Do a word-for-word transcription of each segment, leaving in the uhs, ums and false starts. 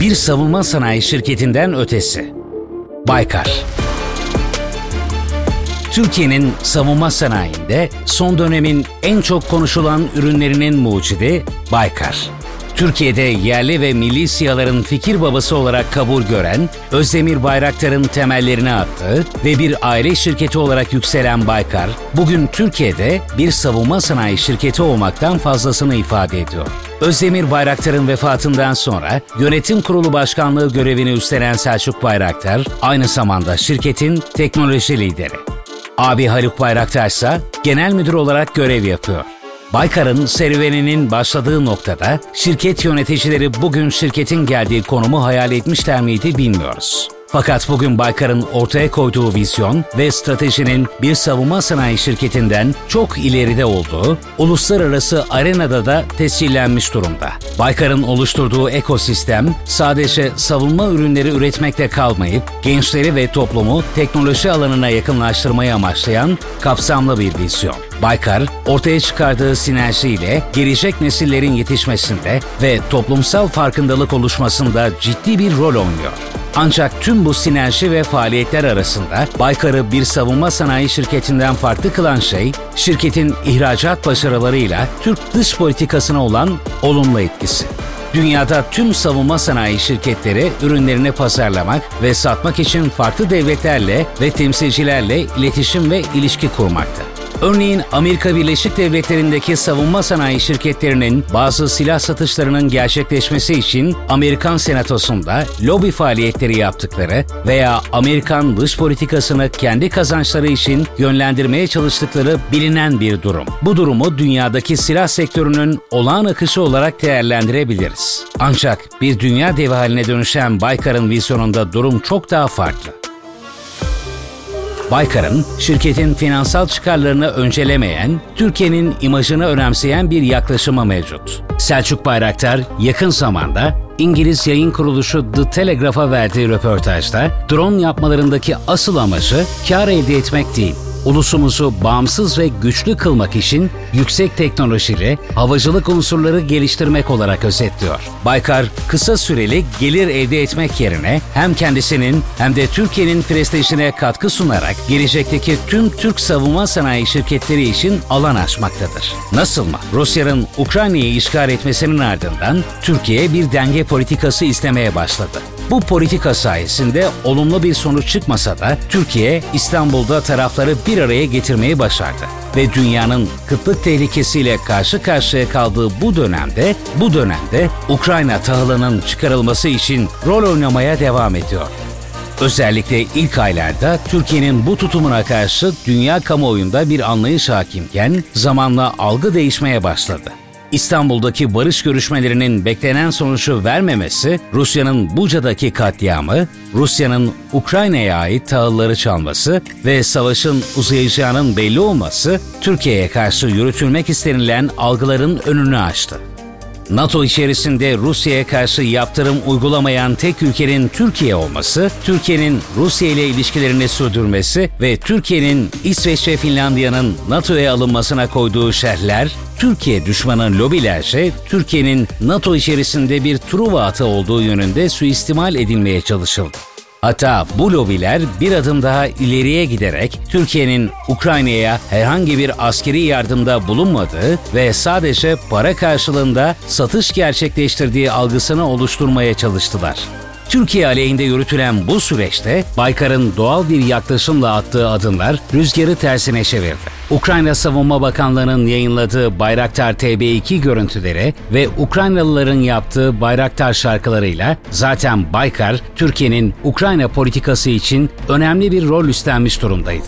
bir savunma sanayi şirketinden ötesi. Baykar. Türkiye'nin savunma sanayinde son dönemin en çok konuşulan ürünlerinin mucidi Baykar. Türkiye'de yerli ve milli SİHA'ların fikir babası olarak kabul gören, Özdemir Bayraktar'ın temellerini attığı ve bir aile şirketi olarak yükselen Baykar, bugün Türkiye'de bir savunma sanayi şirketi olmaktan fazlasını ifade ediyor. Özdemir Bayraktar'ın vefatından sonra yönetim kurulu başkanlığı görevini üstlenen Selçuk Bayraktar, aynı zamanda şirketin teknoloji lideri. Abi Haluk Bayraktar ise genel müdür olarak görev yapıyor. Baykar'ın serüveninin başladığı noktada şirket yöneticileri bugün şirketin geldiği konumu hayal etmişler miydi bilmiyoruz. Fakat bugün Baykar'ın ortaya koyduğu vizyon ve stratejinin bir savunma sanayi şirketinden çok ileride olduğu, uluslararası arenada da tescillenmiş durumda. Baykar'ın oluşturduğu ekosistem sadece savunma ürünleri üretmekte kalmayıp, gençleri ve toplumu teknoloji alanına yakınlaştırmayı amaçlayan kapsamlı bir vizyon. Baykar, ortaya çıkardığı sinerjiyle gelecek nesillerin yetişmesinde ve toplumsal farkındalık oluşmasında ciddi bir rol oynuyor. Ancak tüm bu sinerji ve faaliyetler arasında Baykar'ı bir savunma sanayi şirketinden farklı kılan şey, şirketin ihracat başarılarıyla Türk dış politikasına olan olumlu etkisi. Dünyada tüm savunma sanayi şirketleri ürünlerini pazarlamak ve satmak için farklı devletlerle ve temsilcilerle iletişim ve ilişki kurmakta. Örneğin Amerika Birleşik Devletleri'ndeki savunma sanayi şirketlerinin bazı silah satışlarının gerçekleşmesi için Amerikan Senatosu'nda lobi faaliyetleri yaptıkları veya Amerikan dış politikasını kendi kazançları için yönlendirmeye çalıştıkları bilinen bir durum. Bu durumu dünyadaki silah sektörünün olağan akışı olarak değerlendirebiliriz. Ancak bir dünya devi haline dönüşen Baykar'ın vizyonunda durum çok daha farklı. Baykar'ın, şirketin finansal çıkarlarını öncelemeyen, Türkiye'nin imajını önemseyen bir yaklaşımı mevcut. Selçuk Bayraktar, yakın zamanda İngiliz yayın kuruluşu The Telegraph'a verdiği röportajda, drone yapmalarındaki asıl amacı kar elde etmek değil, ulusumuzu bağımsız ve güçlü kılmak için yüksek teknolojili havacılık unsurları geliştirmek olarak özetliyor. Baykar, kısa süreli gelir elde etmek yerine hem kendisinin hem de Türkiye'nin prestijine katkı sunarak gelecekteki tüm Türk savunma sanayi şirketleri için alan açmaktadır. Nasıl mı? Rusya'nın Ukrayna'yı işgal etmesinin ardından Türkiye bir denge politikası istemeye başladı. Bu politika sayesinde olumlu bir sonuç çıkmasa da Türkiye, İstanbul'da tarafları bir araya getirmeyi başardı. Ve dünyanın kıtlık tehlikesiyle karşı karşıya kaldığı bu dönemde, bu dönemde Ukrayna tahılının çıkarılması için rol oynamaya devam ediyor. Özellikle ilk aylarda Türkiye'nin bu tutumuna karşı dünya kamuoyunda bir anlayış hakimken zamanla algı değişmeye başladı. İstanbul'daki barış görüşmelerinin beklenen sonucu vermemesi, Rusya'nın Buca'daki katliamı, Rusya'nın Ukrayna'ya ait tahılları çalması ve savaşın uzayacağının belli olması, Türkiye'ye karşı yürütülmek istenilen algıların önünü açtı. NATO içerisinde Rusya'ya karşı yaptırım uygulamayan tek ülkenin Türkiye olması, Türkiye'nin Rusya ile ilişkilerini sürdürmesi ve Türkiye'nin İsveç ve Finlandiya'nın NATO'ya alınmasına koyduğu şerhler, Türkiye düşmanı lobilerce Türkiye'nin NATO içerisinde bir Truva atı olduğu yönünde suistimal edilmeye çalışıldı. Hatta bu lobiler bir adım daha ileriye giderek Türkiye'nin Ukrayna'ya herhangi bir askeri yardımda bulunmadığı ve sadece para karşılığında satış gerçekleştirdiği algısını oluşturmaya çalıştılar. Türkiye aleyhinde yürütülen bu süreçte Baykar'ın doğal bir yaklaşımla attığı adımlar rüzgarı tersine çevirdi. Ukrayna Savunma Bakanlığı'nın yayınladığı Bayraktar T B iki görüntüleri ve Ukraynalıların yaptığı Bayraktar şarkılarıyla zaten Baykar, Türkiye'nin Ukrayna politikası için önemli bir rol üstlenmiş durumdaydı.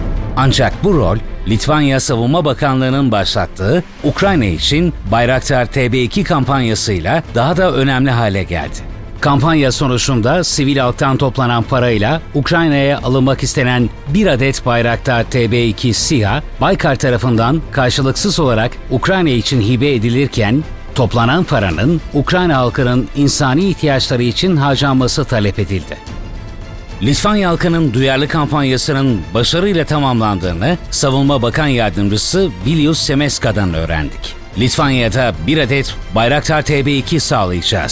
Ancak bu rol, Litvanya Savunma Bakanlığı'nın başlattığı Ukrayna için Bayraktar T B iki kampanyasıyla daha da önemli hale geldi. Kampanya sonucunda sivil halktan toplanan parayla Ukrayna'ya alınmak istenen bir adet Bayraktar T B iki SİHA, Baykar tarafından karşılıksız olarak Ukrayna için hibe edilirken, toplanan paranın Ukrayna halkının insani ihtiyaçları için harcanması talep edildi. Litvanya halkının duyarlı kampanyasının başarıyla tamamlandığını Savunma Bakan Yardımcısı Vilius Semeska'dan öğrendik. Litvanya'da bir adet Bayraktar T B iki sağlayacağız.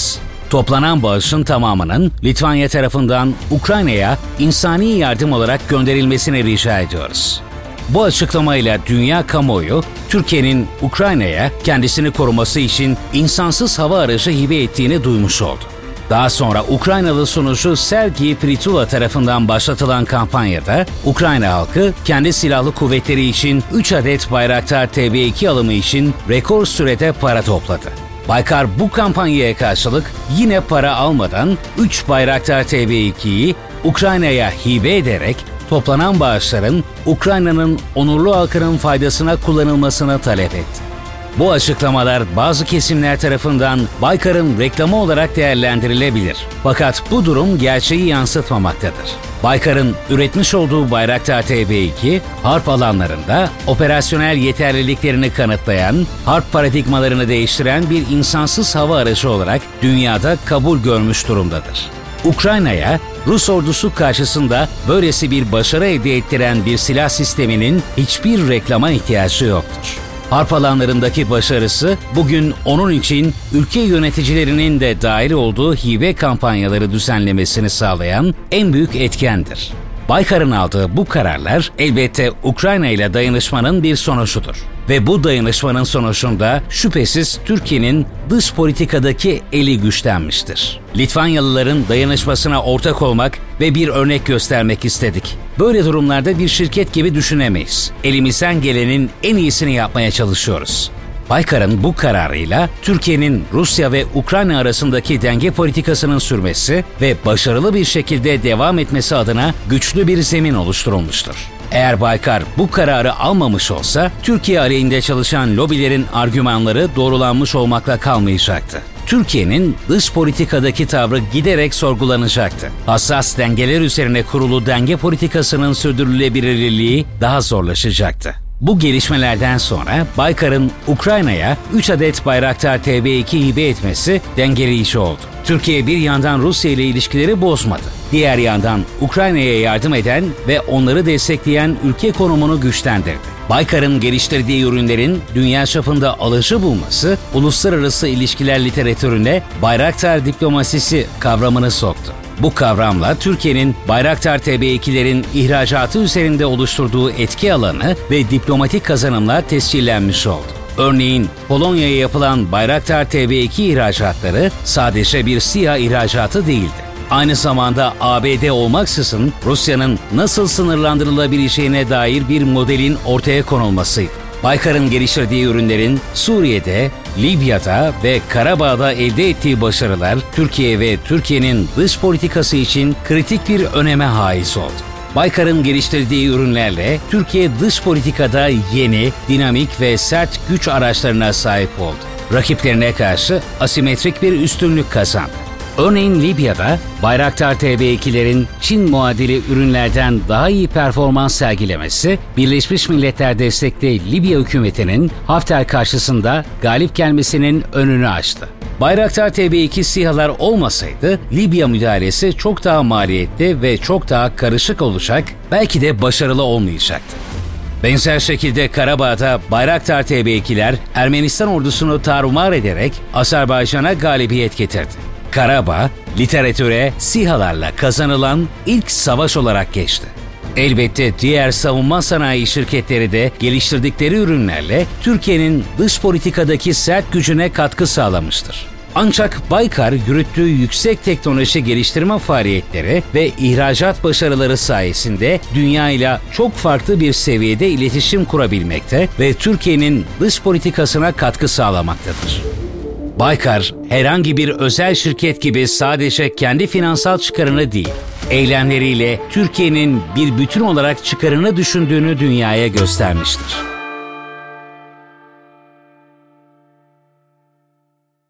Toplanan bağışın tamamının Litvanya tarafından Ukrayna'ya insani yardım olarak gönderilmesini rica ediyoruz. Bu açıklamayla dünya kamuoyu, Türkiye'nin Ukrayna'ya kendisini koruması için insansız hava aracı hibe ettiğini duymuş oldu. Daha sonra Ukraynalı sunucu Sergiy Pritula tarafından başlatılan kampanyada Ukrayna halkı kendi silahlı kuvvetleri için üç adet Bayraktar T B iki alımı için rekor sürede para topladı. Baykar bu kampanyaya karşılık yine para almadan üç Bayraktar T B ikiyi Ukrayna'ya hibe ederek toplanan bağışların Ukrayna'nın onurlu halkının faydasına kullanılmasını talep etti. Bu açıklamalar bazı kesimler tarafından Baykar'ın reklamı olarak değerlendirilebilir. Fakat bu durum gerçeği yansıtmamaktadır. Baykar'ın üretmiş olduğu Bayraktar T B iki, harp alanlarında operasyonel yeterliliklerini kanıtlayan, harp paradigmalarını değiştiren bir insansız hava aracı olarak dünyada kabul görmüş durumdadır. Ukrayna'ya Rus ordusu karşısında böylesi bir başarı elde ettiren bir silah sisteminin hiçbir reklama ihtiyacı yoktur. Harp alanlarındaki başarısı bugün onun için ülke yöneticilerinin de dahil olduğu hibe kampanyaları düzenlemesini sağlayan en büyük etkendir. Baykar'ın aldığı bu kararlar elbette Ukrayna ile dayanışmanın bir sonucudur. Ve bu dayanışmanın sonucunda şüphesiz Türkiye'nin dış politikadaki eli güçlenmiştir. Litvanyalıların dayanışmasına ortak olmak ve bir örnek göstermek istedik. Böyle durumlarda bir şirket gibi düşünemeyiz. Elimizden gelenin en iyisini yapmaya çalışıyoruz. Baykar'ın bu kararıyla Türkiye'nin Rusya ve Ukrayna arasındaki denge politikasının sürmesi ve başarılı bir şekilde devam etmesi adına güçlü bir zemin oluşturulmuştur. Eğer Baykar bu kararı almamış olsa, Türkiye aleyhinde çalışan lobilerin argümanları doğrulanmış olmakla kalmayacaktı. Türkiye'nin dış politikadaki tavrı giderek sorgulanacaktı. Hassas dengeler üzerine kurulu denge politikasının sürdürülebilirliği daha zorlaşacaktı. Bu gelişmelerden sonra Baykar'ın Ukrayna'ya üç adet Bayraktar T B iki hibe etmesi dengeleyici oldu. Türkiye bir yandan Rusya ile ilişkileri bozmadı. Diğer yandan Ukrayna'ya yardım eden ve onları destekleyen ülke konumunu güçlendirdi. Baykar'ın geliştirdiği ürünlerin dünya çapında alıcı bulması, uluslararası ilişkiler literatürüne Bayraktar diplomasisi kavramını soktu. Bu kavramla Türkiye'nin Bayraktar T B ikilerin ihracatı üzerinde oluşturduğu etki alanı ve diplomatik kazanımlar tescillenmiş oldu. Örneğin Polonya'ya yapılan Bayraktar T B iki ihracatları sadece bir SİHA ihracatı değildi. Aynı zamanda A B D olmaksızın Rusya'nın nasıl sınırlandırılabileceğine dair bir modelin ortaya konulmasıydı. Baykar'ın geliştirdiği ürünlerin Suriye'de, Libya'da ve Karabağ'da elde ettiği başarılar Türkiye ve Türkiye'nin dış politikası için kritik bir öneme haiz oldu. Baykar'ın geliştirdiği ürünlerle Türkiye dış politikada yeni, dinamik ve sert güç araçlarına sahip oldu. Rakiplerine karşı asimetrik bir üstünlük kazandı. Örneğin Libya'da Bayraktar T B ikilerin Çin muadili ürünlerden daha iyi performans sergilemesi, Birleşmiş Milletler destekli Libya hükümetinin Hafter karşısında galip gelmesinin önünü açtı. Bayraktar T B iki SİHA'lar olmasaydı Libya müdahalesi çok daha maliyetli ve çok daha karışık olacak, belki de başarılı olmayacaktı. Benzer şekilde Karabağ'da Bayraktar T B ikiler Ermenistan ordusunu tarumar ederek Azerbaycan'a galibiyet getirdi. Karabağ, literatüre SİHA'larla kazanılan ilk savaş olarak geçti. Elbette diğer savunma sanayi şirketleri de geliştirdikleri ürünlerle Türkiye'nin dış politikadaki sert gücüne katkı sağlamıştır. Ancak Baykar yürüttüğü yüksek teknoloji geliştirme faaliyetleri ve ihracat başarıları sayesinde dünyayla çok farklı bir seviyede iletişim kurabilmekte ve Türkiye'nin dış politikasına katkı sağlamaktadır. Baykar, herhangi bir özel şirket gibi sadece kendi finansal çıkarını değil, eylemleriyle Türkiye'nin bir bütün olarak çıkarını düşündüğünü dünyaya göstermiştir.